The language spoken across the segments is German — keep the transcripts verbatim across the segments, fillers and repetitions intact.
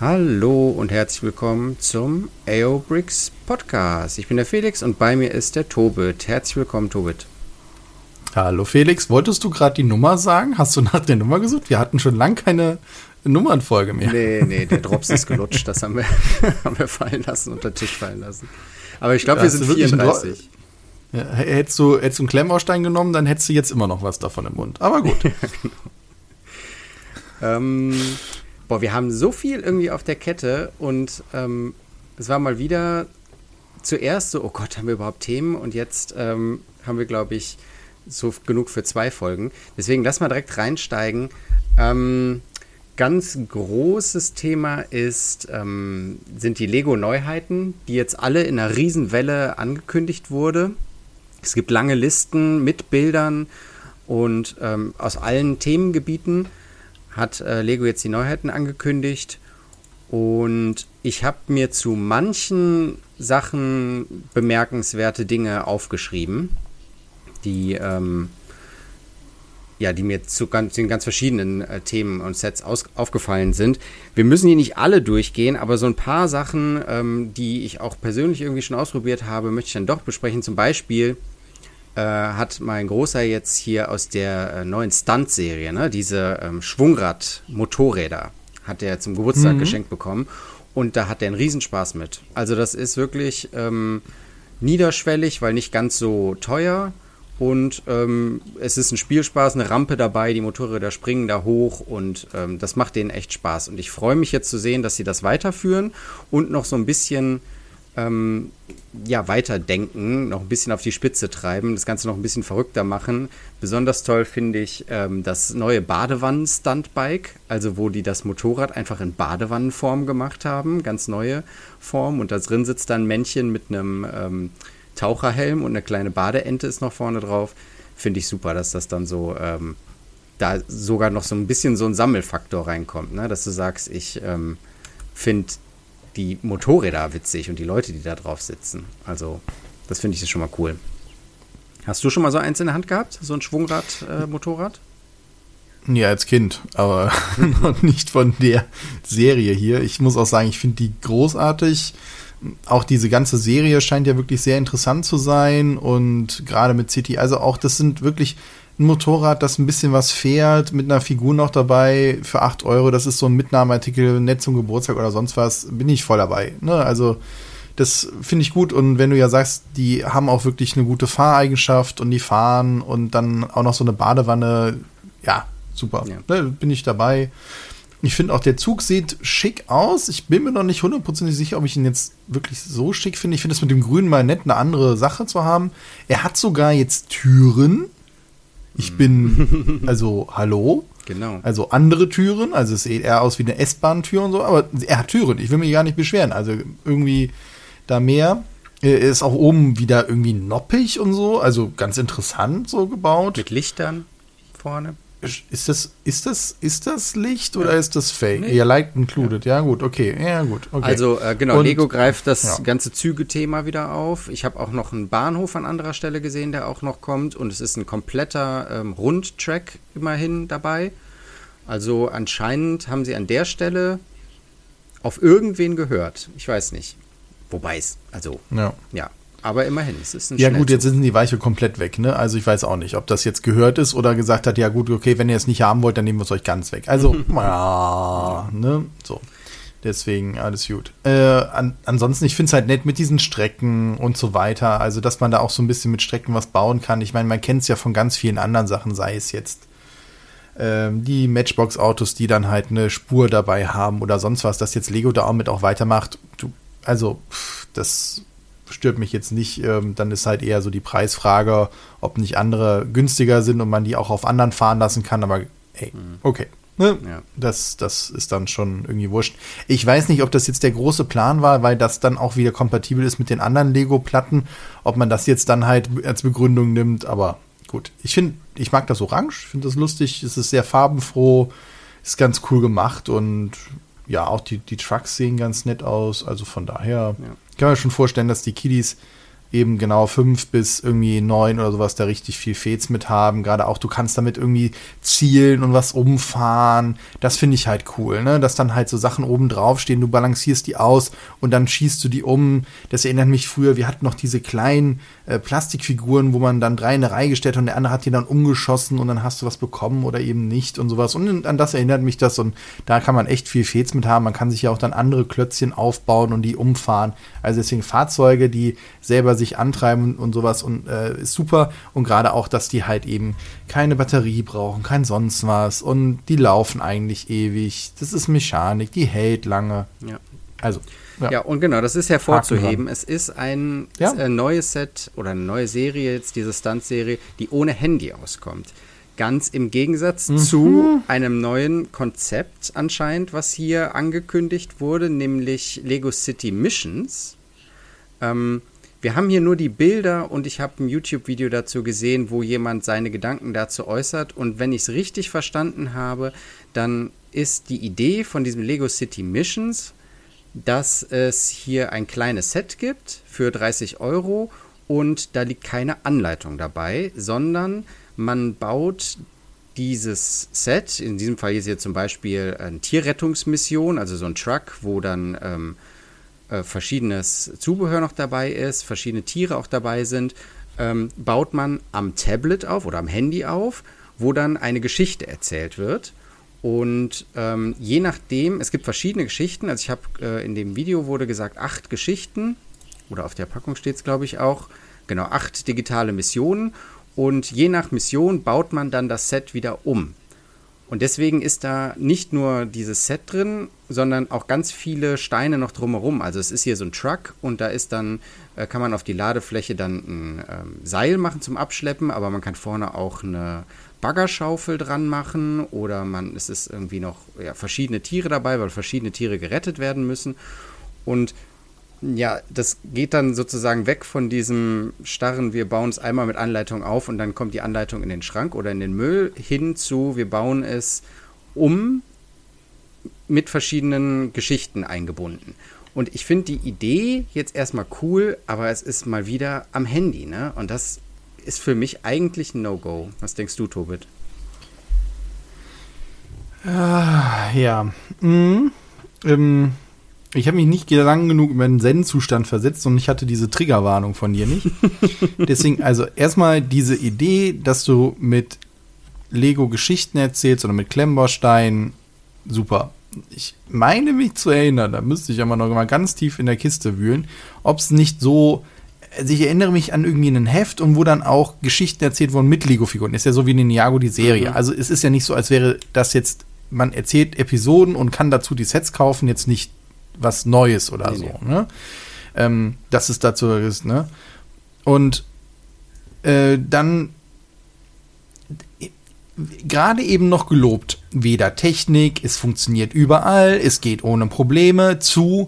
Hallo und herzlich willkommen zum A O Bricks Podcast. Ich bin der Felix und bei mir ist der Tobit. Herzlich willkommen, Tobit. Hallo Felix, wolltest du gerade die Nummer sagen? Hast du nach der Nummer gesucht? Wir hatten schon lange keine Nummernfolge mehr. Nee, nee, der Drops ist gelutscht. Das haben wir, haben wir fallen lassen, unter den Tisch fallen lassen. Aber ich glaube, wir sind vierunddreißig. Ja, hättest du, hättest du einen Klemmbaustein genommen, dann hättest du jetzt immer noch was davon im Mund. Aber gut. Ja, genau. ähm, boah, wir haben so viel irgendwie auf der Kette und ähm, es war mal wieder zuerst so, oh Gott, haben wir überhaupt Themen? Und jetzt ähm, haben wir, glaube ich, so genug für zwei Folgen. Deswegen lass mal direkt reinsteigen. Ähm, ganz großes Thema ist, ähm, sind die Lego-Neuheiten, die jetzt alle in einer Riesenwelle angekündigt wurde. Es gibt lange Listen mit Bildern und ähm, aus allen Themengebieten hat äh, Lego jetzt die Neuheiten angekündigt. Und ich habe mir zu manchen Sachen bemerkenswerte Dinge aufgeschrieben, die, ähm, ja, die mir zu ganz, den ganz verschiedenen äh, Themen und Sets aus, aufgefallen sind. Wir müssen die nicht alle durchgehen, aber so ein paar Sachen, ähm, die ich auch persönlich irgendwie schon ausprobiert habe, möchte ich dann doch besprechen. Zum Beispiel äh, hat mein Großer jetzt hier aus der äh, neuen Stunt-Serie, ne, diese ähm, Schwungrad-Motorräder, hat er zum Geburtstag mhm. geschenkt bekommen. Und da hat er einen Riesenspaß mit. Also das ist wirklich ähm, niederschwellig, weil nicht ganz so teuer. Und ähm, es ist ein Spielspaß, eine Rampe dabei, die Motorräder springen da hoch und ähm, das macht denen echt Spaß. Und ich freue mich jetzt zu sehen, dass sie das weiterführen und noch so ein bisschen ähm, ja, weiterdenken, noch ein bisschen auf die Spitze treiben, das Ganze noch ein bisschen verrückter machen. Besonders toll finde ich ähm, das neue Badewannen-Stuntbike, also wo die das Motorrad einfach in Badewannenform gemacht haben, ganz neue Form. Und da drin sitzt dann ein Männchen mit einem ähm, Taucherhelm und eine kleine Badeente ist noch vorne drauf. Finde ich super, dass das dann so, ähm, da sogar noch so ein bisschen so ein Sammelfaktor reinkommt, ne? Dass du sagst, ich ähm, finde die Motorräder witzig und die Leute, die da drauf sitzen. Also, das finde ich schon mal cool. Hast du schon mal so eins in der Hand gehabt? So ein Schwungrad-Motorrad? Äh, ja, als Kind, aber noch nicht von der Serie hier. Ich muss auch sagen, ich finde die großartig. Auch diese ganze Serie scheint ja wirklich sehr interessant zu sein und gerade mit City, also auch das sind wirklich ein Motorrad, das ein bisschen was fährt, mit einer Figur noch dabei für acht Euro, das ist so ein Mitnahmeartikel, nett zum Geburtstag oder sonst was, bin ich voll dabei, ne? Also das finde ich gut und wenn du ja sagst, die haben auch wirklich eine gute Fahreigenschaft und die fahren und dann auch noch so eine Badewanne, ja, super, ja. Ne, bin ich dabei. Ich finde auch, der Zug sieht schick aus. Ich bin mir noch nicht hundertprozentig sicher, ob ich ihn jetzt wirklich so schick finde. Ich finde es mit dem Grün mal nett, eine andere Sache zu haben. Er hat sogar jetzt Türen. Ich bin, also, hallo? Genau. Also andere Türen. Also es sieht eher aus wie eine S-Bahn-Tür und so. Aber er hat Türen. Ich will mich gar nicht beschweren. Also irgendwie da mehr. Er ist auch oben wieder irgendwie noppig und so. Also ganz interessant so gebaut. Mit Lichtern vorne. Ist das, ist das, ist das Licht oder ja. ist das Fake? Nee. Ja, Light included. Ja. ja, gut, okay. Ja, gut, okay. Also, äh, genau, und, Lego greift das ja. ganze Züge-Thema wieder auf. Ich habe auch noch einen Bahnhof an anderer Stelle gesehen, der auch noch kommt. Und es ist ein kompletter ähm, Rundtrack immerhin dabei. Also, anscheinend haben sie an der Stelle auf irgendwen gehört. Ich weiß nicht. Wobei es, also, ja. ja. Aber immerhin, es ist ein Ja gut, jetzt sind die Weiche komplett weg, ne? Also ich weiß auch nicht, ob das jetzt gehört ist oder gesagt hat, ja gut, okay, wenn ihr es nicht haben wollt, dann nehmen wir es euch ganz weg. Also, ja, ne? So. Deswegen, alles gut. Äh, an, ansonsten, ich finde es halt nett mit diesen Strecken und so weiter. Also, dass man da auch so ein bisschen mit Strecken was bauen kann. Ich meine, man kennt es ja von ganz vielen anderen Sachen, sei es jetzt ähm, die Matchbox-Autos, die dann halt eine Spur dabei haben oder sonst was, dass jetzt Lego da auch mit auch weitermacht. Du, also, pff, das stört mich jetzt nicht, ähm, dann ist halt eher so die Preisfrage, ob nicht andere günstiger sind und man die auch auf anderen fahren lassen kann, aber hey, okay. Ne? Ja. Das, das ist dann schon irgendwie wurscht. Ich weiß nicht, ob das jetzt der große Plan war, weil das dann auch wieder kompatibel ist mit den anderen Lego-Platten, ob man das jetzt dann halt als Begründung nimmt, aber gut. Ich finde, ich mag das orange, finde das lustig, es ist sehr farbenfroh, ist ganz cool gemacht und ja, auch die, die Trucks sehen ganz nett aus, also von daher ja. kann man schon vorstellen, dass die Kiddies eben genau fünf bis irgendwie neun oder sowas da richtig viel Fets mit haben. Gerade auch, du kannst damit irgendwie zielen und was umfahren. Das finde ich halt cool, ne? Dass dann halt so Sachen oben drauf stehen, du balancierst die aus und dann schießt du die um. Das erinnert mich früher, wir hatten noch diese kleinen äh, Plastikfiguren, wo man dann drei in eine Reihe gestellt hat und der andere hat die dann umgeschossen und dann hast du was bekommen oder eben nicht und sowas. Und an das erinnert mich das und da kann man echt viel Fets mit haben. Man kann sich ja auch dann andere Klötzchen aufbauen und die umfahren. Also deswegen Fahrzeuge, die selber sich antreiben und sowas und äh, ist super. Und gerade auch, dass die halt eben keine Batterie brauchen, kein sonst was und die laufen eigentlich ewig. Das ist Mechanik, die hält lange. Ja. Also, ja. ja, und genau, das ist hervorzuheben. Es ist ein ja. äh, neues Set oder eine neue Serie, jetzt diese Stunt-Serie, die ohne Handy auskommt. Ganz im Gegensatz mhm. zu einem neuen Konzept anscheinend, was hier angekündigt wurde, nämlich Lego City Missions. Ähm, wir haben hier nur die Bilder und ich habe ein YouTube-Video dazu gesehen, wo jemand seine Gedanken dazu äußert. Und wenn ich es richtig verstanden habe, dann ist die Idee von diesem Lego City Missions, dass es hier ein kleines Set gibt für dreißig Euro und da liegt keine Anleitung dabei, sondern man baut dieses Set, in diesem Fall ist hier zum Beispiel eine Tierrettungsmission, also so ein Truck, wo dann ähm, äh, verschiedenes Zubehör noch dabei ist, verschiedene Tiere auch dabei sind, ähm, baut man am Tablet auf oder am Handy auf, wo dann eine Geschichte erzählt wird. Und ähm, je nachdem, es gibt verschiedene Geschichten, also ich habe äh, in dem Video wurde gesagt, acht Geschichten, oder auf der Packung steht es glaube ich auch, genau, acht digitale Missionen. Und je nach Mission baut man dann das Set wieder um. Und deswegen ist da nicht nur dieses Set drin, sondern auch ganz viele Steine noch drumherum. Also es ist hier so ein Truck und da ist dann, äh, kann man auf die Ladefläche dann ein ähm, Seil machen zum Abschleppen, aber man kann vorne auch eine Baggerschaufel dran machen oder man, es ist irgendwie noch ja, verschiedene Tiere dabei, weil verschiedene Tiere gerettet werden müssen. Und ja, das geht dann sozusagen weg von diesem starren, wir bauen es einmal mit Anleitung auf und dann kommt die Anleitung in den Schrank oder in den Müll, hin zu, wir bauen es um mit verschiedenen Geschichten eingebunden. Und ich finde die Idee jetzt erstmal cool, aber es ist mal wieder am Handy, ne? Und das ist für mich eigentlich ein No-Go. Was denkst du, Tobit? Ah, ja. Mhm. Ähm. Ich habe mich nicht lang genug über den Zen-Zustand versetzt und ich hatte diese Triggerwarnung von dir nicht. Deswegen, also erstmal diese Idee, dass du mit Lego Geschichten erzählst oder mit Klemmbausteinen, super. Ich meine mich zu erinnern, da müsste ich aber noch mal ganz tief in der Kiste wühlen, ob es nicht so, also ich erinnere mich an irgendwie ein Heft und wo dann auch Geschichten erzählt wurden mit Lego-Figuren. Ist ja so wie in Ninjago die Serie. Mhm. Also es ist ja nicht so, als wäre das jetzt, man erzählt Episoden und kann dazu die Sets kaufen, jetzt nicht was Neues oder nee, so, nee. Ne? Ähm, dass es dazu ist, ne? Und äh, dann gerade eben noch gelobt, weder Technik, es funktioniert überall, es geht ohne Probleme, zu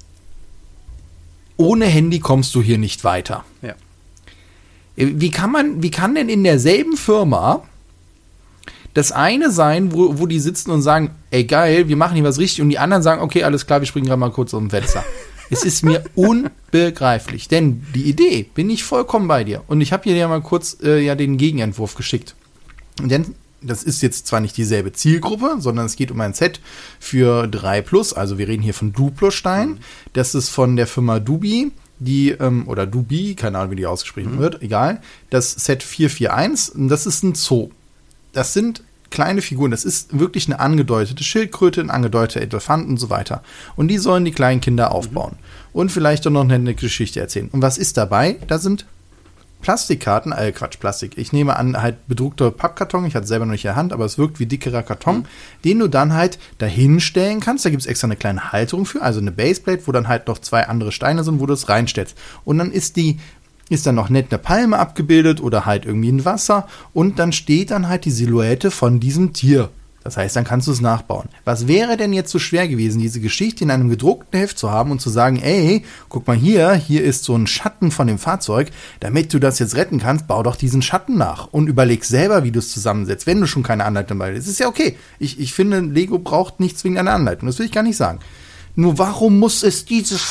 ohne Handy kommst du hier nicht weiter. Ja. Wie kann man, wie kann denn in derselben Firma das eine sein, wo, wo die sitzen und sagen, ey geil, wir machen hier was richtig, und die anderen sagen, okay, alles klar, wir springen gerade mal kurz aus dem Fenster. Es ist mir unbegreiflich, denn die Idee, bin ich vollkommen bei dir. Und ich habe hier ja mal kurz äh, ja den Gegenentwurf geschickt. Denn das ist jetzt zwar nicht dieselbe Zielgruppe, sondern es geht um ein Set für drei plus, also wir reden hier von Duplo-Stein. Mhm. Das ist von der Firma Dubi, die, ähm, oder Dubi, keine Ahnung, wie die ausgesprochen mhm. wird, egal. Das Set vier vier eins, das ist ein Zoo. Das sind kleine Figuren, das ist wirklich eine angedeutete Schildkröte, ein angedeuteter Elefant und so weiter. Und die sollen die kleinen Kinder aufbauen. Mhm. Und vielleicht auch noch eine Geschichte erzählen. Und was ist dabei? Da sind Plastikkarten, äh Quatsch, Plastik. Ich nehme an, halt bedruckter Pappkarton, ich hatte es selber noch nicht in der Hand, aber es wirkt wie dickerer Karton, mhm. den du dann halt dahin stellen kannst. Da gibt es extra eine kleine Halterung für, also eine Baseplate, wo dann halt noch zwei andere Steine sind, wo du es reinstellst. Und dann ist die ist dann noch nett eine Palme abgebildet oder halt irgendwie ein Wasser und dann steht dann halt die Silhouette von diesem Tier. Das heißt, dann kannst du es nachbauen. Was wäre denn jetzt so schwer gewesen, diese Geschichte in einem gedruckten Heft zu haben und zu sagen, ey, guck mal hier, hier ist so ein Schatten von dem Fahrzeug, damit du das jetzt retten kannst, bau doch diesen Schatten nach und überleg selber, wie du es zusammensetzt, wenn du schon keine Anleitung dabei hast. Das ist ja okay. Ich, ich finde, Lego braucht nicht zwingend eine Anleitung, das will ich gar nicht sagen. Nur warum muss es diese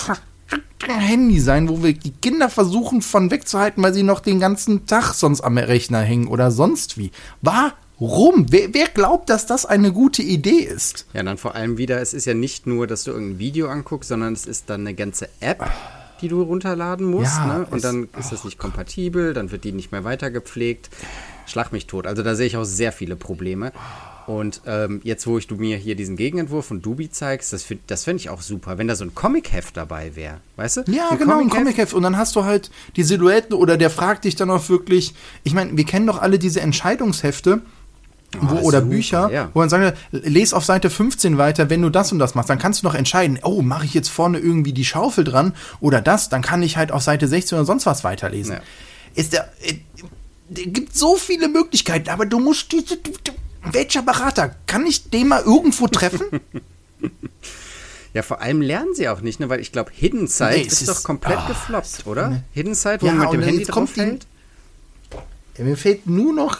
Handy sein, wo wir die Kinder versuchen von wegzuhalten, weil sie noch den ganzen Tag sonst am Rechner hängen oder sonst wie. Warum? Wer, wer glaubt, dass das eine gute Idee ist? Ja, dann vor allem wieder, es ist ja nicht nur, dass du irgendein Video anguckst, sondern es ist dann eine ganze App, die du runterladen musst. Ja, ne? Und es, dann ist das nicht kompatibel, dann wird die nicht mehr weitergepflegt. Schlag mich tot. Also da sehe ich auch sehr viele Probleme. Und ähm, jetzt, wo ich du mir hier diesen Gegenentwurf von Dubi zeigst, das, das fände ich auch super, wenn da so ein Comic-Heft dabei wäre, weißt du? Ja, ein genau, Comic-Heft. ein Comic-Heft. Und dann hast du halt die Silhouetten oder der fragt dich dann auch wirklich, ich meine, wir kennen doch alle diese Entscheidungshefte, wo, Oh, oder super, Bücher, ja. wo man sagt, les auf Seite fünfzehn weiter, wenn du das und das machst, dann kannst du noch entscheiden, oh, mache ich jetzt vorne irgendwie die Schaufel dran oder das, dann kann ich halt auf Seite sechzehn oder sonst was weiterlesen. Ja. Ist der, äh, der gibt so viele Möglichkeiten, aber du musst diese, du, du, welcher Berater, kann ich den mal irgendwo treffen? Ja, vor allem lernen sie auch nicht, ne? Weil ich glaube, Hidden Side nee, ist, ist doch komplett oh, gefloppt, oder? Ne? Hidden Side, wo ja, man mit dem Handy drauf hält. Ja, mir fehlt nur noch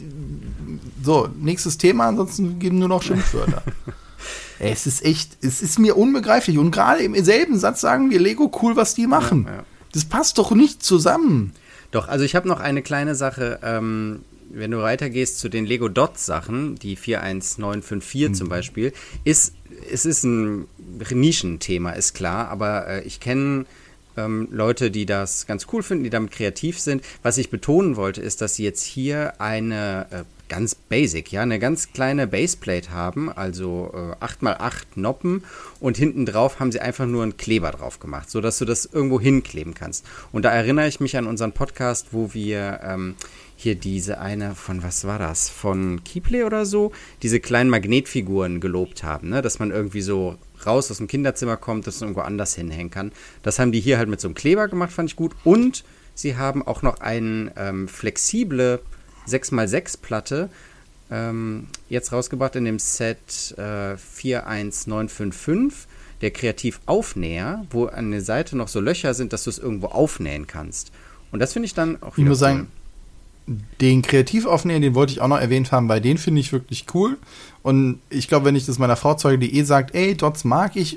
so, nächstes Thema, ansonsten geben nur noch Schimpfwörter. Ey, es ist echt, es ist mir unbegreiflich. Und gerade im selben Satz sagen wir, Lego, cool, was die machen. Ja, ja. Das passt doch nicht zusammen. Doch, also ich habe noch eine kleine Sache, ähm, wenn du weitergehst zu den Lego Dots Sachen, die vier eins neun fünf vier mhm. zum Beispiel, ist, es ist ein Nischenthema, ist klar, aber äh, ich kenne ähm, Leute, die das ganz cool finden, die damit kreativ sind. Was ich betonen wollte, ist, dass sie jetzt hier eine äh, ganz basic, ja, eine ganz kleine Baseplate haben, also äh, acht mal acht Noppen und hinten drauf haben sie einfach nur einen Kleber drauf gemacht, sodass du das irgendwo hinkleben kannst. Und da erinnere ich mich an unseren Podcast, wo wir ähm, hier diese eine von, was war das, von Kiepley oder so, diese kleinen Magnetfiguren gelobt haben, ne? Dass man irgendwie so raus aus dem Kinderzimmer kommt, dass man irgendwo anders hinhängen kann. Das haben die hier halt mit so einem Kleber gemacht, fand ich gut. Und sie haben auch noch eine ähm, flexible sechs mal sechs Platte ähm, jetzt rausgebracht in dem Set äh, vier eins neun fünf fünf, der Kreativaufnäher, wo an der Seite noch so Löcher sind, dass du es irgendwo aufnähen kannst. Und das finde ich dann auch wieder ich muss cool. sagen, den Kreativaufnäher, den wollte ich auch noch erwähnt haben, weil den finde ich wirklich cool. Und ich glaube, wenn ich das meiner Frau zeige, die eh sagt, ey, Dots mag ich,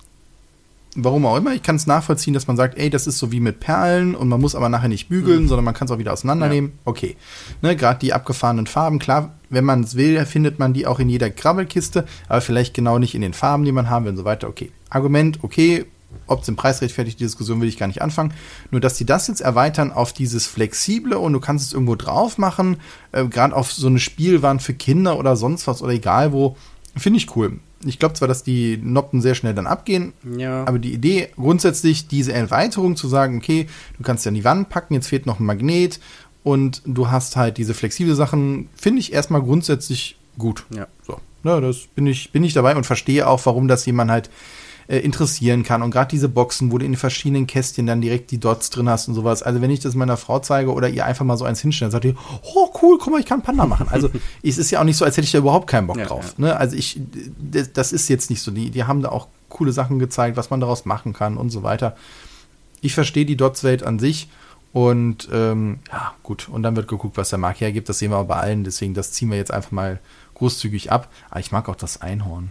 warum auch immer, ich kann es nachvollziehen, dass man sagt, ey, das ist so wie mit Perlen und man muss aber nachher nicht bügeln, mhm. sondern man kann es auch wieder auseinandernehmen. Ja. Okay. Ne, gerade die abgefahrenen Farben, klar, wenn man es will, findet man die auch in jeder Krabbelkiste, aber vielleicht genau nicht in den Farben, die man haben will und so weiter. Okay. Argument, okay. Ob es im Preis rechtfertigt, die Diskussion will ich gar nicht anfangen. Nur, dass die das jetzt erweitern auf dieses Flexible und du kannst es irgendwo drauf machen, äh, gerade auf so eine Spielwand für Kinder oder sonst was oder egal wo, finde ich cool. Ich glaube zwar, dass die Noppen sehr schnell dann abgehen, ja. aber die Idee grundsätzlich, diese Erweiterung zu sagen, okay, du kannst ja an die Wand packen, jetzt fehlt noch ein Magnet und du hast halt diese flexible Sachen, finde ich erstmal grundsätzlich gut. Ja. So, ne, das bin ich, bin ich dabei und verstehe auch, warum das jemand halt interessieren kann. Und gerade diese Boxen, wo du in den verschiedenen Kästchen dann direkt die Dots drin hast und sowas. Also wenn ich das meiner Frau zeige oder ihr einfach mal so eins hinstelle, dann sagt die, oh cool, guck mal, ich kann Panda machen. Also es ist ja auch nicht so, als hätte ich da überhaupt keinen Bock ja, drauf. Ja. Ne? Also ich, das ist jetzt nicht so. Die, die haben da auch coole Sachen gezeigt, was man daraus machen kann und so weiter. Ich verstehe die Dots-Welt an sich und ähm, ja, gut. Und dann wird geguckt, was der Markt hergibt. Das sehen wir auch bei allen. Deswegen, das ziehen wir jetzt einfach mal großzügig ab. Aber ich mag auch das Einhorn.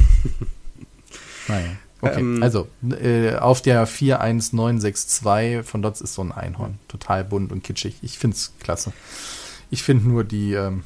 Naja. Okay, ähm, also äh, auf der vier eins neun sechs zwei von Dots ist so ein Einhorn. Total bunt und kitschig. Ich finde es klasse. Ich finde nur, die ähm,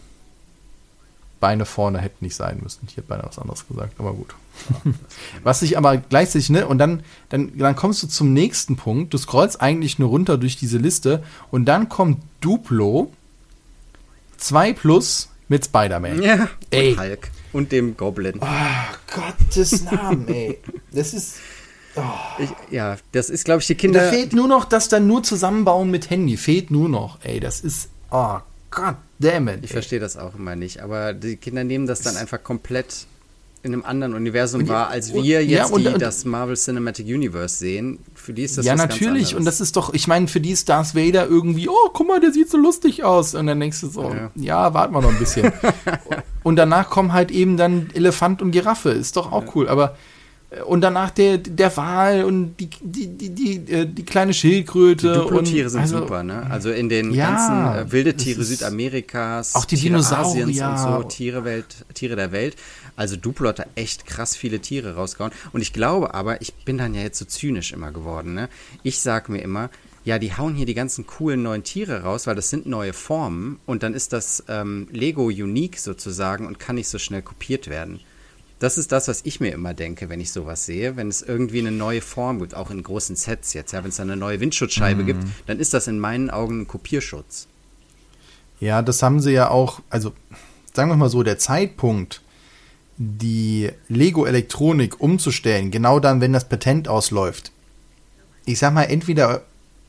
Beine vorne hätten nicht sein müssen. Ich hätte beinahe was anderes gesagt, aber gut. Ja, was ich aber gleichzeitig, ne, und dann, dann, dann kommst du zum nächsten Punkt. Du scrollst eigentlich nur runter durch diese Liste und dann kommt Duplo zwei plus mit Spider-Man. Ja, ey. Und Hulk. Und dem Goblin. Oh, Gottes Namen, ey. Das ist... Oh. Ich, ja, das ist, glaube ich, die Kinder... Da fehlt nur noch, das dann nur zusammenbauen mit Handy. Fehlt nur noch, ey. Das ist... Oh, God damn it. Ich verstehe das auch immer nicht. Aber die Kinder nehmen das dann einfach komplett in einem anderen Universum wahr, als wir jetzt, ja, und, die und, das Marvel Cinematic Universe sehen. Für die ist das ja, was natürlich. Ganz und das ist doch, ich meine, für die ist Darth Vader irgendwie, oh, guck mal, der sieht so lustig aus. Und dann denkst du so, ja, ja warten wir noch ein bisschen. Und danach kommen halt eben dann Elefant und Giraffe. Ist doch auch ja. cool. Aber Und danach der, der Wal und die, die, die, die, die kleine Schildkröte. Die Duplo-Tiere sind also, super, ne? Also in den ja, ganzen äh, wilde Tiere Südamerikas, auch die Tiere Dinosaurier Asiens und so, Tiere, Welt, Tiere der Welt. Also Duplo hat da echt krass viele Tiere rausgehauen. Und ich glaube aber, ich bin dann ja jetzt so zynisch immer geworden, ne? Ich sag mir immer, ja, die hauen hier die ganzen coolen neuen Tiere raus, weil das sind neue Formen und dann ist das ähm, Lego unique sozusagen und kann nicht so schnell kopiert werden. Das ist das, was ich mir immer denke, wenn ich sowas sehe, wenn es irgendwie eine neue Form gibt, auch in großen Sets jetzt, ja, wenn es da eine neue Windschutzscheibe mhm. gibt, dann ist das in meinen Augen ein Kopierschutz. Ja, das haben sie ja auch, also sagen wir mal so, der Zeitpunkt, die Lego-Elektronik umzustellen, genau dann, wenn das Patent ausläuft, ich sag mal, entweder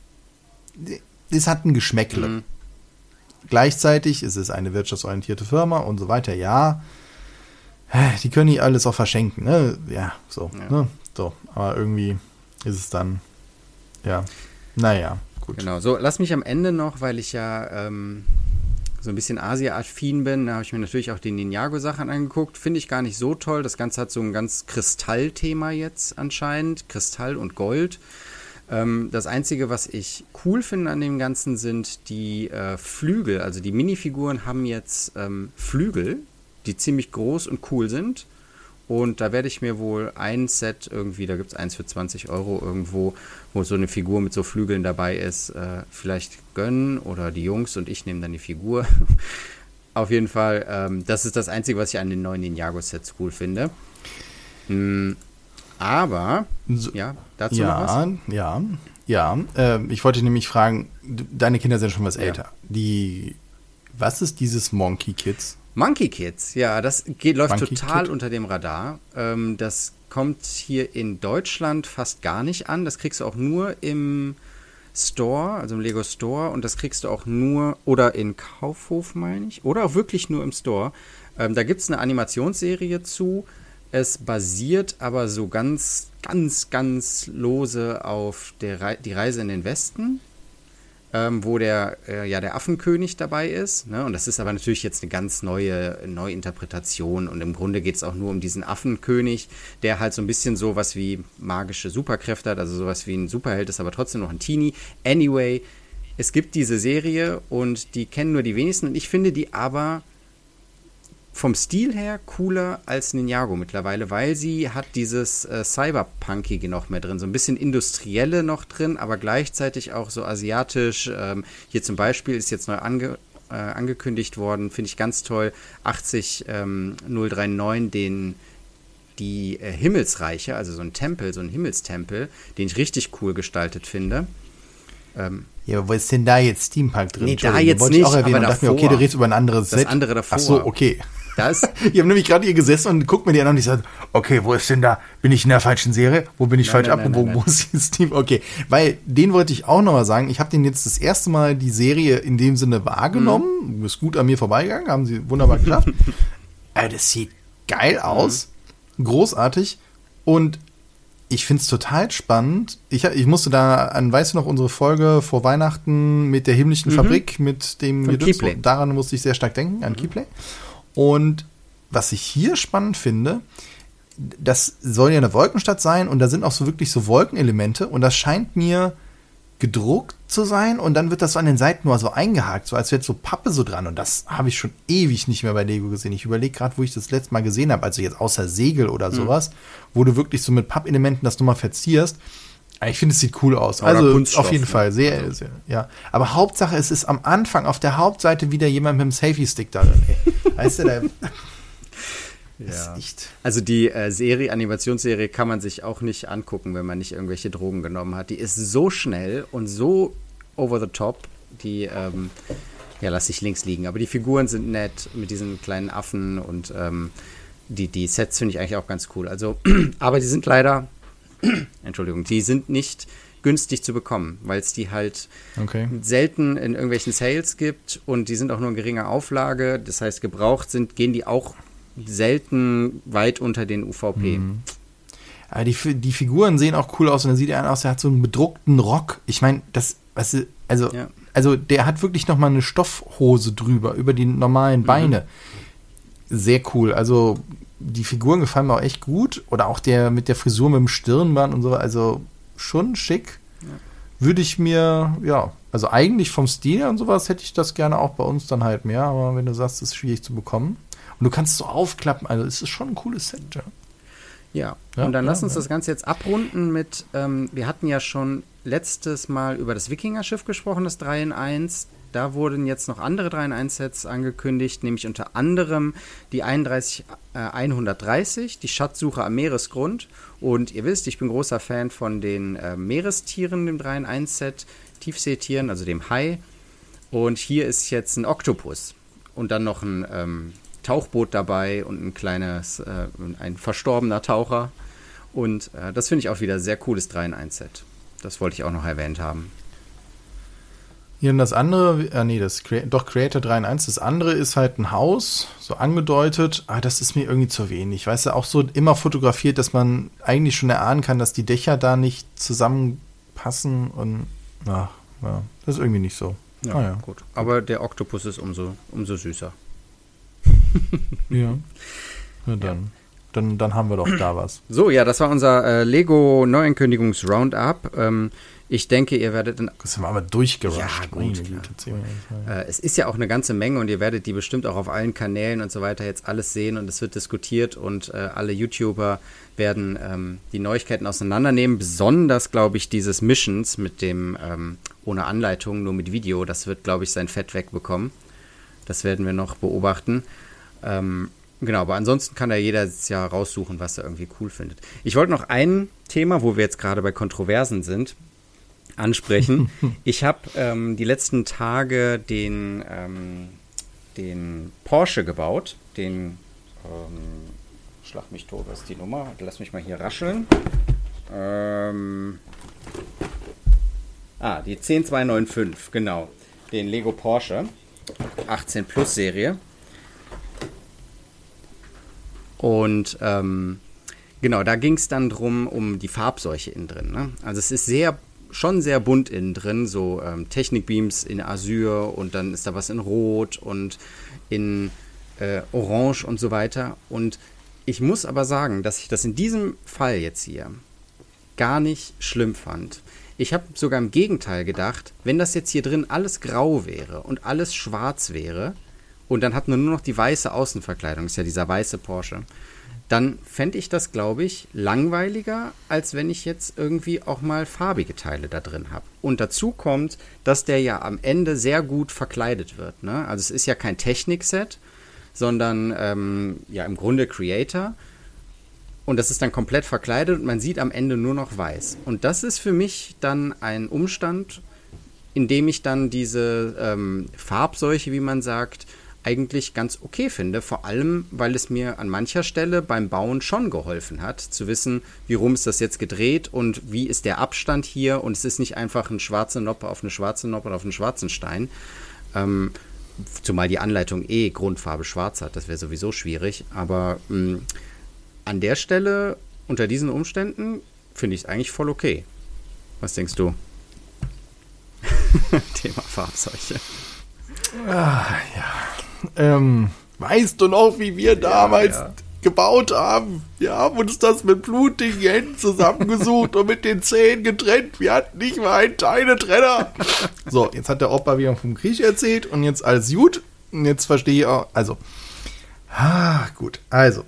es hat ein Geschmäckle. Mhm. Gleichzeitig ist es eine wirtschaftsorientierte Firma und so weiter, ja. Die können nicht alles auch verschenken, ne? Ja, so, ja. Ne? So, aber irgendwie ist es dann, ja, naja, gut. Genau, so, lass mich am Ende noch, weil ich ja ähm, so ein bisschen Asia-affin bin, da habe ich mir natürlich auch die Ninjago-Sachen angeguckt. Finde ich gar nicht so toll. Das Ganze hat so ein ganz Kristallthema jetzt anscheinend, Kristall und Gold. Ähm, das Einzige, was ich cool finde an dem Ganzen, sind die äh, Flügel. Also die Minifiguren haben jetzt ähm, Flügel, die ziemlich groß und cool sind. Und da werde ich mir wohl ein Set irgendwie, da gibt es eins für zwanzig Euro irgendwo, wo so eine Figur mit so Flügeln dabei ist, äh, vielleicht gönnen oder die Jungs und ich nehmen dann die Figur. Auf jeden Fall, ähm, das ist das Einzige, was ich an den neuen Ninjago-Sets cool finde. Mhm. Aber, so, ja, dazu ja, noch was? Ja, ja, äh, ich wollte nämlich fragen, deine Kinder sind schon was älter. Ja. Die, was ist dieses Monkey Kids? Monkey Kids, ja, das geht, läuft Monkey total Kid? unter dem Radar. Ähm, das kommt hier in Deutschland fast gar nicht an. Das kriegst du auch nur im Store, also im Lego Store. Und das kriegst du auch nur, oder in Kaufhof, meine ich, oder auch wirklich nur im Store. Ähm, da gibt es eine Animationsserie zu. Es basiert aber so ganz, ganz, ganz lose auf der Re- die Reise in den Westen. Ähm, wo der, äh, ja, der Affenkönig dabei ist. Ne? Und das ist aber natürlich jetzt eine ganz neue Neuinterpretation. Und im Grunde geht es auch nur um diesen Affenkönig, der halt so ein bisschen sowas wie magische Superkräfte hat, also sowas wie ein Superheld ist, aber trotzdem noch ein Teenie. Anyway, es gibt diese Serie und die kennen nur die wenigsten. Und ich finde die aber vom Stil her cooler als Ninjago mittlerweile, weil sie hat dieses äh, Cyberpunkige noch mehr drin, so ein bisschen Industrielle noch drin, aber gleichzeitig auch so asiatisch. Ähm, hier zum Beispiel ist jetzt neu ange, äh, angekündigt worden, finde ich ganz toll, achtzig null neununddreißig, den die äh, Himmelsreiche, also so ein Tempel, so ein Himmelstempel, den ich richtig cool gestaltet finde. Ähm, Ja, aber wo ist denn da jetzt Steampunk drin? Nee, da jetzt nicht, ich auch erwähnen aber und dachte mir, okay, du redest über ein anderes das Set. andere davor. Ach so, okay. Das? Ich habe nämlich gerade hier gesessen und guckt mir die an und ich sage, okay, wo ist denn da? Bin ich in der falschen Serie? Wo bin ich nein, falsch nein, ab? nein, Und wo, nein, wo ist jetzt Steam? Okay, weil den wollte ich auch noch mal sagen. Ich habe den jetzt das erste Mal die Serie in dem Sinne wahrgenommen. Mhm. Ist gut an mir vorbeigegangen, haben sie wunderbar geschafft. Aber das sieht geil aus. Mhm. Großartig. Und ich finde es total spannend. Ich, ich musste da an, weißt du noch, unsere Folge vor Weihnachten mit der himmlischen mhm. Fabrik, mit dem Gedöns, daran musste ich sehr stark denken, an mhm. Keyplay. Und was ich hier spannend finde, das soll ja eine Wolkenstadt sein und da sind auch so wirklich so Wolkenelemente und das scheint mir gedruckt zu sein und dann wird das so an den Seiten nur so eingehakt, so als wäre jetzt so Pappe so dran und das habe ich schon ewig nicht mehr bei Lego gesehen. Ich überlege gerade, wo ich das letzte Mal gesehen habe, also jetzt außer Segel oder mhm. sowas, wo du wirklich so mit Pappelementen das nochmal verzierst. Ich finde, es sieht cool aus. Oder also Kunststoff, auf jeden ne? Fall, sehr, also. sehr, ja. Aber Hauptsache, es ist am Anfang auf der Hauptseite wieder jemand mit dem Selfie-Stick da drin. Ey. Weißt du, da ja. Also die äh, Serie, Animationsserie kann man sich auch nicht angucken, wenn man nicht irgendwelche Drogen genommen hat. Die ist so schnell und so over the top, die, ähm, ja, lass ich links liegen. Aber die Figuren sind nett mit diesen kleinen Affen und ähm, die, die Sets finde ich eigentlich auch ganz cool. Also, aber die sind leider, Entschuldigung, die sind nicht günstig zu bekommen, weil es die halt okay. selten in irgendwelchen Sales gibt und die sind auch nur in geringer Auflage. Das heißt, gebraucht sind, gehen die auch selten weit unter den U V P. Mhm. Aber die, die Figuren sehen auch cool aus und dann sieht er einer aus, der hat so einen bedruckten Rock. Ich meine, das, weißt du, also, ja. also der hat wirklich nochmal eine Stoffhose drüber, über die normalen Beine. Mhm. Sehr cool. Also die Figuren gefallen mir auch echt gut. Oder auch der mit der Frisur mit dem Stirnband und so. Also schon schick. Ja. Würde ich mir, ja, also eigentlich vom Stil her und sowas hätte ich das gerne auch bei uns dann halt mehr. Aber wenn du sagst, es ist schwierig zu bekommen. Und du kannst es so aufklappen. Also es ist schon ein cooles Set, ja. Ja, ja, und dann ja, lass uns ja. das Ganze jetzt abrunden mit, ähm, wir hatten ja schon letztes Mal über das Wikinger-Schiff gesprochen, das drei in eins. Da wurden jetzt noch andere drei in eins Sets angekündigt, nämlich unter anderem die einunddreißig hundertdreißig, die Schatzsuche am Meeresgrund. Und ihr wisst, ich bin großer Fan von den äh, Meerestieren, dem drei in eins Set, Tiefseetieren, also dem Hai. Und hier ist jetzt ein Oktopus und dann noch ein ähm, Tauchboot dabei und ein kleines, äh, ein verstorbener Taucher. Und äh, das finde ich auch wieder sehr cooles drei in eins Set. Das wollte ich auch noch erwähnt haben. Hier und das andere, ah nee, das doch Creator drei in eins, das andere ist halt ein Haus, so angedeutet, aber das ist mir irgendwie zu wenig. Weißt du, auch so immer fotografiert, dass man eigentlich schon erahnen kann, dass die Dächer da nicht zusammenpassen und ach, ja, das ist irgendwie nicht so. Ja, ah, ja. Gut. Aber der Oktopus ist umso, umso süßer. Ja. Ja, dann, ja. Dann, dann haben wir doch da was. So, ja, das war unser äh, Lego-Neuankündigungs-Roundup. Ähm, ich denke, ihr werdet... In, das haben wir aber durchgerusht. Ja, gut. Äh, es ist ja auch eine ganze Menge und ihr werdet die bestimmt auch auf allen Kanälen und so weiter jetzt alles sehen und es wird diskutiert und äh, alle YouTuber werden ähm, die Neuigkeiten auseinandernehmen. Besonders, glaube ich, dieses Missions mit dem ähm, ohne Anleitung, nur mit Video, das wird, glaube ich, sein Fett wegbekommen. Das werden wir noch beobachten. Ähm, genau, aber ansonsten kann da jeder ja raussuchen, was er irgendwie cool findet. Ich wollte noch ein Thema, wo wir jetzt gerade bei Kontroversen sind, ansprechen. Ich habe ähm, die letzten Tage den, ähm, den Porsche gebaut, den, ähm, schlag mich tot, was ist die Nummer? Lass mich mal hier rascheln. Ähm, ah, die zehn zwei neun fünf, genau. Den Lego Porsche achtzehn Plus Serie. Und ähm, genau, da ging es dann drum, um die Farbseuche innen drin. Ne? Also es ist sehr, schon sehr bunt innen drin, so ähm, Technikbeams in Azur und dann ist da was in Rot und in äh, Orange und so weiter. Und ich muss aber sagen, dass ich das in diesem Fall jetzt hier gar nicht schlimm fand. Ich habe sogar im Gegenteil gedacht, wenn das jetzt hier drin alles grau wäre und alles schwarz wäre und dann hat man nur noch die weiße Außenverkleidung, ist ja dieser weiße Porsche, dann fände ich das, glaube ich, langweiliger, als wenn ich jetzt irgendwie auch mal farbige Teile da drin habe. Und dazu kommt, dass der ja am Ende sehr gut verkleidet wird. Ne? Also es ist ja kein Technikset, sondern ähm, ja im Grunde Creator. Und das ist dann komplett verkleidet und man sieht am Ende nur noch weiß. Und das ist für mich dann ein Umstand, in dem ich dann diese ähm, Farbseuche, wie man sagt, eigentlich ganz okay finde. Vor allem, weil es mir an mancher Stelle beim Bauen schon geholfen hat, zu wissen, wie rum ist das jetzt gedreht und wie ist der Abstand hier. Und es ist nicht einfach ein schwarzer Noppe auf eine schwarze Noppe oder auf einen schwarzen Stein. Ähm, zumal die Anleitung eh Grundfarbe schwarz hat. Das wäre sowieso schwierig. Aber mh, an der Stelle, unter diesen Umständen, finde ich es eigentlich voll okay. Was denkst du? Thema Farbseuche. Ah, ja. Ähm, weißt du noch, wie wir damals ja, ja. gebaut haben? Wir haben uns das mit blutigen Händen zusammengesucht und mit den Zähnen getrennt. Wir hatten nicht mal einen Teile-Trenner. So, jetzt hat der Opa wieder vom Krieg erzählt und jetzt alles gut. Und jetzt verstehe ich auch, also, ah, gut, also,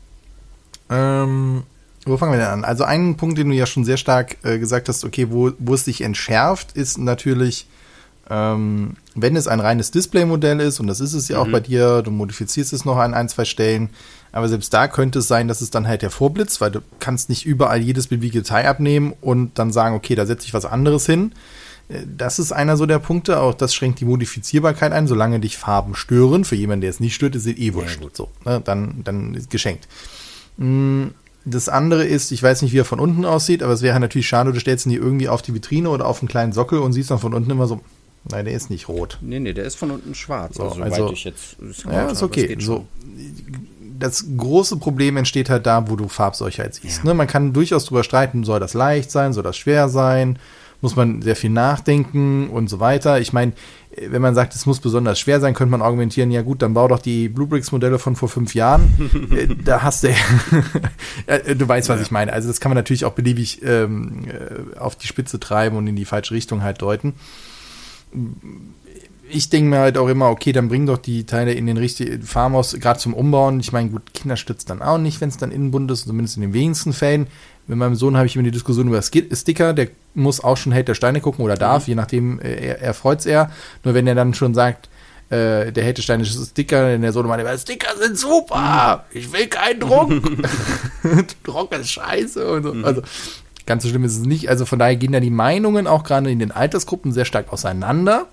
Ähm, wo fangen wir denn an? Also ein Punkt, den du ja schon sehr stark äh, gesagt hast, okay, wo, wo es sich entschärft, ist natürlich, ähm, wenn es ein reines Display-Modell ist, und das ist es ja mhm. auch bei dir, du modifizierst es noch an ein, zwei Stellen, aber selbst da könnte es sein, dass es dann halt hervorblitzt, weil du kannst nicht überall jedes beliebige Detail abnehmen und dann sagen, okay, da setze ich was anderes hin. Das ist einer so der Punkte, auch das schränkt die Modifizierbarkeit ein, solange dich Farben stören. Für jemanden, der es nicht stört, ist es eh wurscht. Ja, so, ne? Dann, dann ist geschenkt. Das andere ist, ich weiß nicht, wie er von unten aussieht, aber es wäre natürlich schade, du stellst ihn hier irgendwie auf die Vitrine oder auf einen kleinen Sockel und siehst dann von unten immer so, nein, der ist nicht rot. Nee, nee, der ist von unten schwarz. So, also, also ich jetzt ist ja, ist okay. So, das große Problem entsteht halt da, wo du Farbseuche halt siehst. Ja. Ne? Man kann durchaus drüber streiten, soll das leicht sein, soll das schwer sein, muss man sehr viel nachdenken und so weiter. Ich meine, wenn man sagt, es muss besonders schwer sein, könnte man argumentieren, ja gut, dann bau doch die Bluebricks-Modelle von vor fünf Jahren. Da hast du, du weißt, was ja. ich meine. Also das kann man natürlich auch beliebig ähm, auf die Spitze treiben und in die falsche Richtung halt deuten. Ich denke mir halt auch immer, okay, dann bring doch die Teile in den richtigen Farmhaus, gerade zum Umbauen. Ich meine, gut, Kinder stützt dann auch nicht, wenn es dann innenbunt ist, zumindest in den wenigsten Fällen. Mit meinem Sohn habe ich immer die Diskussion über Sticker, der muss auch schon Held der Steine gucken oder darf, mhm. je nachdem, er, er freut's er. Nur wenn er dann schon sagt, äh, der Held der Steine ist Sticker, denn der Sohn meint, Sticker sind super, ich will keinen Druck. Druck ist scheiße und so. Mhm. Also, ganz so schlimm ist es nicht. Also von daher gehen da die Meinungen auch gerade in den Altersgruppen sehr stark auseinander.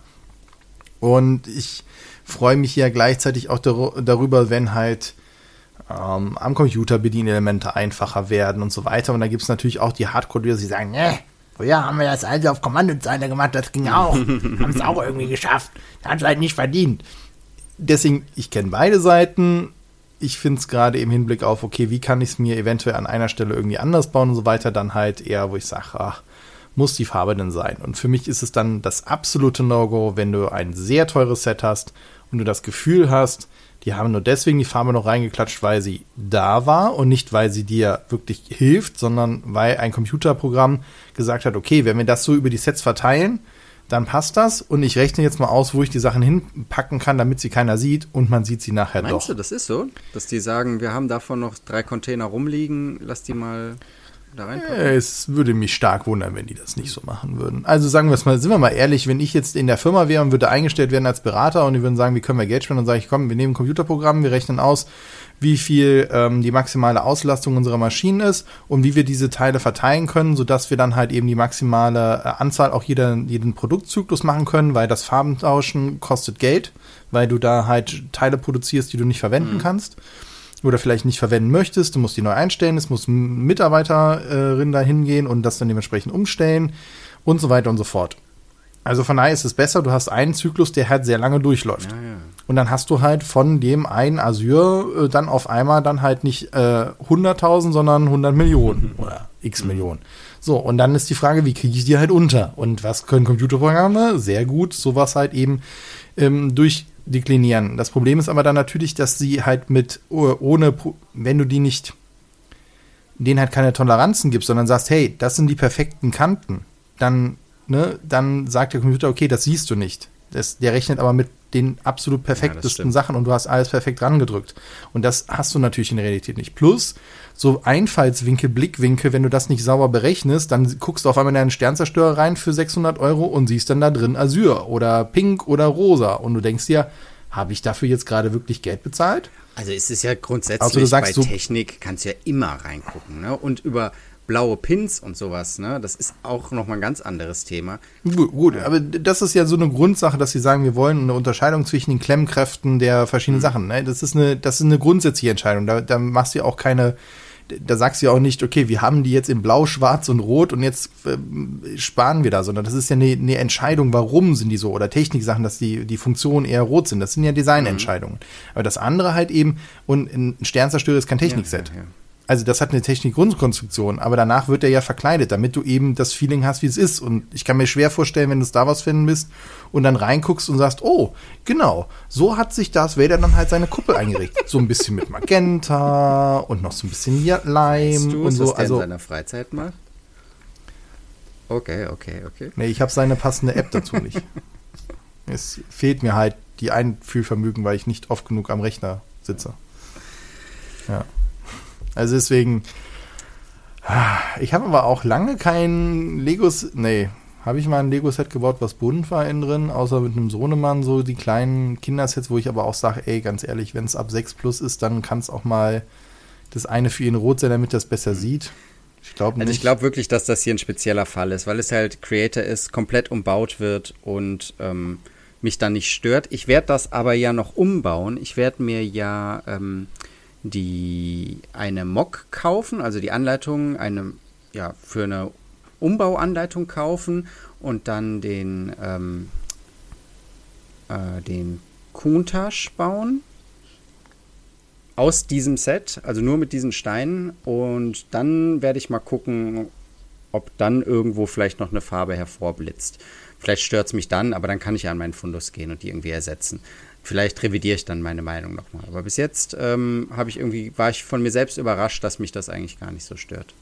Und ich freue mich ja gleichzeitig auch dar- darüber, wenn halt ähm, am Computer Bedienelemente einfacher werden und so weiter. Und da gibt es natürlich auch die Hardcore, die sagen, ne, früher haben wir das also auf Kommandozeile gemacht, das ging auch. Haben es auch irgendwie geschafft. Hat es halt nicht verdient. Deswegen, ich kenne beide Seiten. Ich finde es gerade im Hinblick auf, okay, wie kann ich es mir eventuell an einer Stelle irgendwie anders bauen und so weiter, dann halt eher, wo ich sage, ach, muss die Farbe denn sein? Und für mich ist es dann das absolute No-Go, wenn du ein sehr teures Set hast und du das Gefühl hast, die haben nur deswegen die Farbe noch reingeklatscht, weil sie da war und nicht, weil sie dir wirklich hilft, sondern weil ein Computerprogramm gesagt hat, okay, wenn wir das so über die Sets verteilen, dann passt das und ich rechne jetzt mal aus, wo ich die Sachen hinpacken kann, damit sie keiner sieht und man sieht sie nachher Meinst doch. Meinst du, das ist so? Dass die sagen, wir haben davon noch drei Container rumliegen, lass die mal da reinpacken? Es würde mich stark wundern, wenn die das nicht so machen würden. Also sagen wir es mal, sind wir mal ehrlich, wenn ich jetzt in der Firma wäre und würde eingestellt werden als Berater und die würden sagen, wie können wir Geld sparen, dann sage ich, komm, wir nehmen ein Computerprogramm, wir rechnen aus, wie viel ähm, die maximale Auslastung unserer Maschinen ist und wie wir diese Teile verteilen können, sodass wir dann halt eben die maximale äh, Anzahl auch jeder, jeden Produktzyklus machen können, weil das Farbentauschen kostet Geld, weil du da halt Teile produzierst, die du nicht verwenden mhm. kannst oder vielleicht nicht verwenden möchtest. Du musst die neu einstellen, es muss ein Mitarbeiterin da hingehen und das dann dementsprechend umstellen und so weiter und so fort. Also von daher ist es besser, du hast einen Zyklus, der halt sehr lange durchläuft. Ja, ja. Und dann hast du halt von dem einen Asyr äh, dann auf einmal dann halt nicht äh, hunderttausend, sondern hundert Millionen oder x Millionen. So, und dann ist die Frage, wie kriege ich die halt unter? Und was können Computerprogramme? Sehr gut, sowas halt eben ähm, durchdeklinieren. Das Problem ist aber dann natürlich, dass sie halt mit, ohne, wenn du die nicht, denen halt keine Toleranzen gibst, sondern sagst, hey, das sind die perfekten Kanten, dann Ne, dann sagt der Computer, okay, das siehst du nicht. Das, der rechnet aber mit den absolut perfektesten ja, Sachen und du hast alles perfekt rangedrückt. Und das hast du natürlich in der Realität nicht. Plus, so Einfallswinkel, Blickwinkel, wenn du das nicht sauber berechnest, dann guckst du auf einmal in einen Sternzerstörer rein für sechshundert Euro und siehst dann da drin Asyr oder Pink oder Rosa. Und du denkst dir, habe ich dafür jetzt gerade wirklich Geld bezahlt? Also es ist ja grundsätzlich, also du sagst, bei Technik kannst du ja immer reingucken. Ne? Und über blaue Pins und sowas, ne? Das ist auch nochmal ein ganz anderes Thema. Gut, gut, aber das ist ja so eine Grundsache, dass sie sagen, wir wollen eine Unterscheidung zwischen den Klemmkräften der verschiedenen mhm. Sachen. Ne? Das ist eine, das ist eine grundsätzliche Entscheidung. Da, da machst du ja auch keine, da sagst du ja auch nicht, okay, wir haben die jetzt in Blau, Schwarz und Rot und jetzt äh, sparen wir da, sondern das ist ja eine, eine Entscheidung, warum sind die so, oder Techniksachen, dass die, die Funktionen eher rot sind. Das sind ja Designentscheidungen. Mhm. Aber das andere halt eben, und ein Sternzerstörer ist kein Technikset. Ja, ja, ja. Also das hat eine Technik-Grundkonstruktion, aber danach wird er ja verkleidet, damit du eben das Feeling hast, wie es ist. Und ich kann mir schwer vorstellen, wenn du Star Wars Fan bist und dann reinguckst und sagst, oh, genau, so hat sich Darth Vader dann halt seine Kuppel eingerichtet. So ein bisschen mit Magenta und noch so ein bisschen Leim weißt du, und so. Was der also in seiner Freizeit macht? Okay, okay, okay. Nee, ich habe seine passende App dazu nicht. Es fehlt mir halt die Einfühlvermögen, weil ich nicht oft genug am Rechner sitze. Ja. Also deswegen, ich habe aber auch lange kein Legos, nee, habe ich mal ein Lego-Set gebaut, was bunt war innen drin, außer mit einem Sohnemann, so die kleinen Kindersets, wo ich aber auch sage, ey, ganz ehrlich, wenn es ab sechs plus ist, dann kann es auch mal das eine für ihn rot sein, damit das besser sieht. Ich glaube nicht. Also ich glaube wirklich, dass das hier ein spezieller Fall ist, weil es halt Creator ist, komplett umbaut wird und ähm, mich dann nicht stört. Ich werde das aber ja noch umbauen. Ich werde mir ja ähm, die eine Mock kaufen, also die Anleitung, eine ja für eine Umbauanleitung kaufen und dann den ähm, äh, den Countach bauen aus diesem Set, also nur mit diesen Steinen, und dann werde ich mal gucken, ob dann irgendwo vielleicht noch eine Farbe hervorblitzt. Vielleicht stört es mich dann, aber dann kann ich ja an meinen Fundus gehen und die irgendwie ersetzen. Vielleicht revidiere ich dann meine Meinung nochmal. Aber bis jetzt ähm, habe ich irgendwie, war ich von mir selbst überrascht, dass mich das eigentlich gar nicht so stört.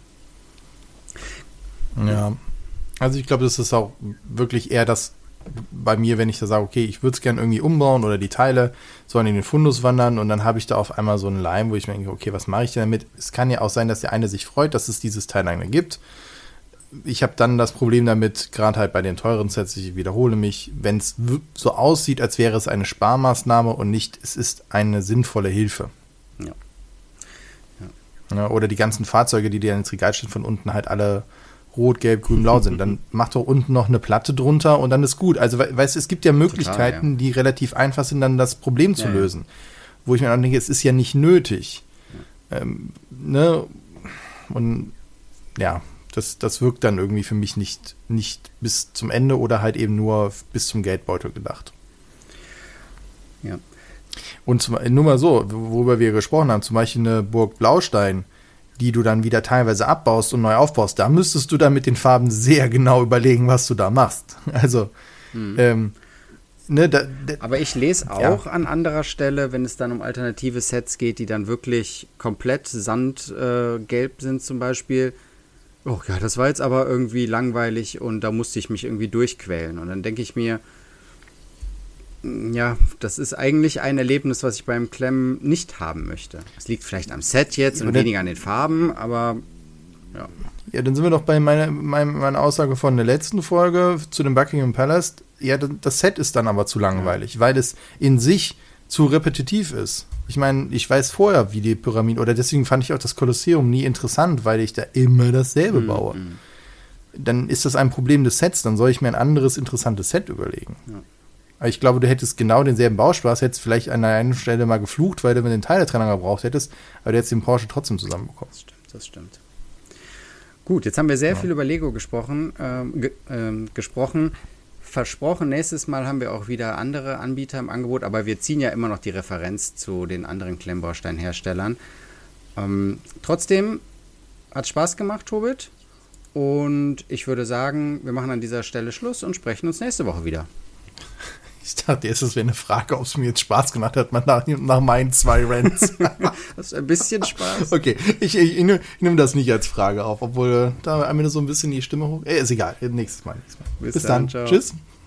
Ja, also ich glaube, das ist auch wirklich eher das bei mir, wenn ich da sage, okay, ich würde es gerne irgendwie umbauen oder die Teile sollen in den Fundus wandern und dann habe ich da auf einmal so einen Leim, wo ich mir denke, okay, was mache ich denn damit? Es kann ja auch sein, dass der eine sich freut, dass es dieses Teil lange gibt. Ich habe dann das Problem damit, gerade halt bei den teuren Sets, ich wiederhole mich, wenn es w- so aussieht, als wäre es eine Sparmaßnahme und nicht, es ist eine sinnvolle Hilfe. Ja. Ja. Ja, oder die ganzen Fahrzeuge, die dir ins Regal stehen, von unten halt alle rot, gelb, grün, blau sind. Dann mach doch unten noch eine Platte drunter und dann ist gut. Also, we- weißt du, es gibt ja Möglichkeiten, Total, ja. die relativ einfach sind, dann das Problem zu ja, lösen. Ja. Wo ich mir dann denke, es ist ja nicht nötig. Ja. Ähm, ne? Und ja, Das, das wirkt dann irgendwie für mich nicht, nicht bis zum Ende oder halt eben nur bis zum Geldbeutel gedacht. Ja. Und zum, nur mal so, worüber wir gesprochen haben, zum Beispiel eine Burg Blaustein, die du dann wieder teilweise abbaust und neu aufbaust, da müsstest du dann mit den Farben sehr genau überlegen, was du da machst. Also, hm. ähm, ne, da, da, aber ich lese auch ja. an anderer Stelle, wenn es dann um alternative Sets geht, die dann wirklich komplett sandgelb äh, sind zum Beispiel. Oh ja, das war jetzt aber irgendwie langweilig und da musste ich mich irgendwie durchquälen. Und dann denke ich mir, ja, das ist eigentlich ein Erlebnis, was ich beim Klemmen nicht haben möchte. Es liegt vielleicht am Set jetzt und weniger an den Farben, aber ja. Ja, dann sind wir doch bei meiner, meiner, meiner Aussage von der letzten Folge zu dem Buckingham Palace. Ja, das Set ist dann aber zu langweilig, ja. weil es in sich zu repetitiv ist. Ich meine, ich weiß vorher, wie die Pyramiden, oder deswegen fand ich auch das Kolosseum nie interessant, weil ich da immer dasselbe baue. Mm, mm. Dann ist das ein Problem des Sets, dann soll ich mir ein anderes interessantes Set überlegen. Ja. Aber ich glaube, du hättest genau denselben Bauspaß, hättest vielleicht an einer Stelle mal geflucht, weil du den Teiletrenner gebraucht hättest, aber du hättest den Porsche trotzdem zusammenbekommen. Das stimmt, das stimmt. Gut, jetzt haben wir sehr ja. viel über Lego gesprochen, ähm, ge- ähm, gesprochen. Versprochen, nächstes Mal haben wir auch wieder andere Anbieter im Angebot, aber wir ziehen ja immer noch die Referenz zu den anderen Klemmbausteinherstellern. Ähm, trotzdem hat Spaß gemacht, Tobit. Und ich würde sagen, wir machen an dieser Stelle Schluss und sprechen uns nächste Woche wieder. Ich dachte erst, das wäre eine Frage, ob es mir jetzt Spaß gemacht hat, nach, nach meinen zwei Rants. Hast du ein bisschen Spaß? Okay, ich, ich, ich nehme nehm das nicht als Frage auf, obwohl da am Ende so ein bisschen die Stimme hoch... Äh, ist egal, nächstes Mal. Nächstes Mal. Bis, Bis dann, dann. Tschüss.